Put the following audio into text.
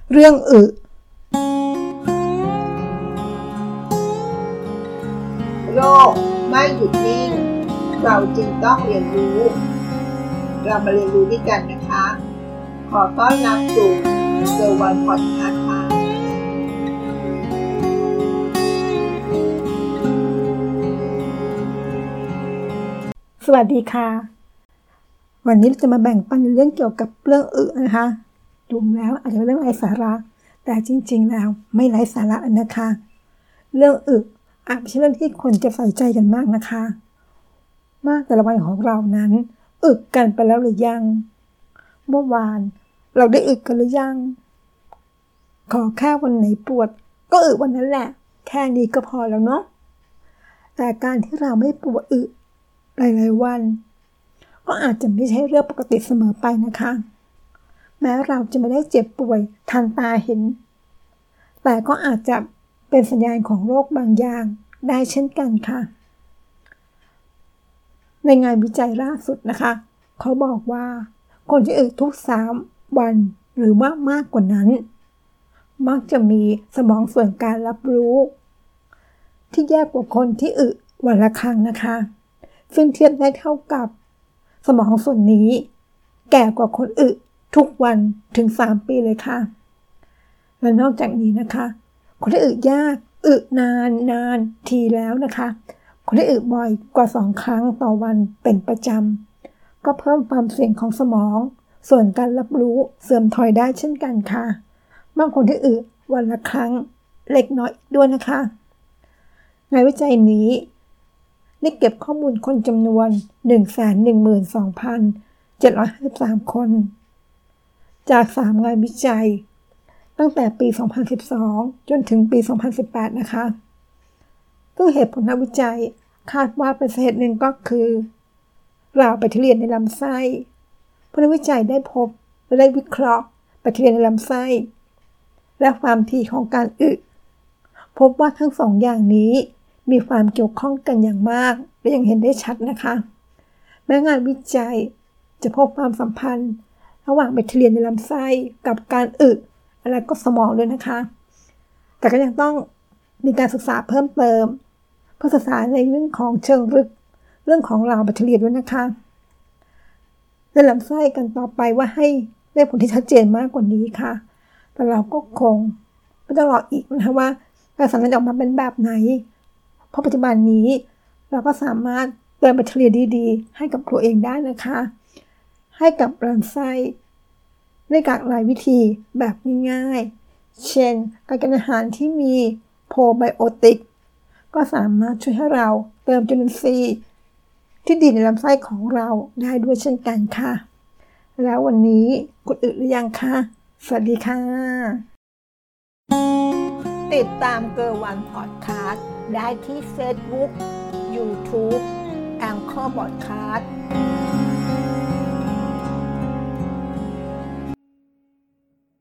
เรื่องอึโลกไม่หยุดนิ่งเราจึงต้องเรียนรู้เรามาเรียนรู้ด้วยกันนะคะขอต้อนรับสู่เดอะวันพอดคาสต์ค่ะสวัสดีค่ะวันนี้เราจะมาแบ่งปันเรื่องเกี่ยวกับเรื่องอึนะคะดูแล้วอาจจะเป็นเรื่องไร้สาระแต่จริงๆแล้วไม่ไร้สาระนะคะเรื่องอึอาจไม่ใช่เรื่องที่คนจะใส่ใจกันมากนะคะมากแต่ละวันของเรานั้นอึกันไปแล้วหรือยังเมื่อวานเราได้อึกันหรือยังขอแค่วันไหนปวดก็อึวันนั้นแหละแค่นี้ก็พอแล้วเนาะแต่การที่เราไม่ปวดอึหลายๆวันก็อาจจะไม่ใช่เรื่องปกติเสมอไปนะคะแม้เราจะไม่ได้เจ็บป่วยทันตาเห็นแต่ก็อาจจะเป็นสัญญาณของโรคบางอย่างได้เช่นกันค่ะในงานวิจัยล่าสุดนะคะเขาบอกว่าคนที่อึทุก3 วันหรือว่ามากกว่านั้นมักจะมีสมองส่วนการรับรู้ที่แย่กว่าคนที่อึวันละครั้งนะคะซึ่งเทียบได้เท่ากับสมองส่วนนี้แก่กว่าคนอึทุกวันถึง3 ปีเลยค่ะและนอกจากนี้นะคะคนที่อึยากอึนานทีแล้วนะคะคนที่อึบ่อยกว่า2 ครั้งต่อวันเป็นประจำก็เพิ่มความเสี่ยงของสมองส่วนการรับรู้เสื่อมถอยได้เช่นกันค่ะบางคนที่อึวันละครั้งเล็กน้อยด้วยนะคะงานวิจัยนี้ได้เก็บข้อมูลคนจำนวน 112,753 คนจาก3 งานวิจัยตั้งแต่ปี 2012 จนถึงปี 2018 นะคะซึ่งเหตุผลนักวิจัยคาดว่าเป็นสาเหตุหนึ่งก็คือเราแบคทีเรียในลำไส้ผู้นักวิจัยได้พบและได้วิเคราะห์แบคทีเรียในลำไส้และความถี่ของการอึพบว่าทั้ง2 อย่างนี้มีความเกี่ยวข้องกันอย่างมากและยังเห็นได้ชัดนะคะแม้งานวิจัยจะพบความสัมพันธ์ระหว่างแบคทีเรียในลำไส้กับการอึและก็สมองด้วยนะคะแต่ก็ยังต้องมีการศึกษาเพิ่มเติมเพื่อศึกษาในเรื่องของเชิงลึกเรื่องของเหล่าแบคทีเรียด้วยนะคะในลำไส้กันต่อไปว่าให้ได้ผลที่ชัดเจนมากกว่านี้ค่ะแต่เราก็คงไม่ต้องรออีกนะคะว่าการสังเกตออกมาเป็นแบบไหนเพราะปัจจุบันนี้เราก็สามารถเติมแบคทีเรียดีๆให้กับตัวเองได้นะคะให้กับลำไส้ด้วยหลากหลายวิธีแบบง่ายๆเช่นการกินอาหารที่มีโปรไบโอติกก็สามารถช่วยให้เราเติมจุลินทรีย์ที่ดีในลำไส้ของเราได้ด้วยเช่นกันค่ะแล้ววันนี้คุณอึหรือยังคะสวัสดีค่ะติดตามเกอร์วันพอดคาสต์ได้ที่ Facebook YouTube Anchor Podcast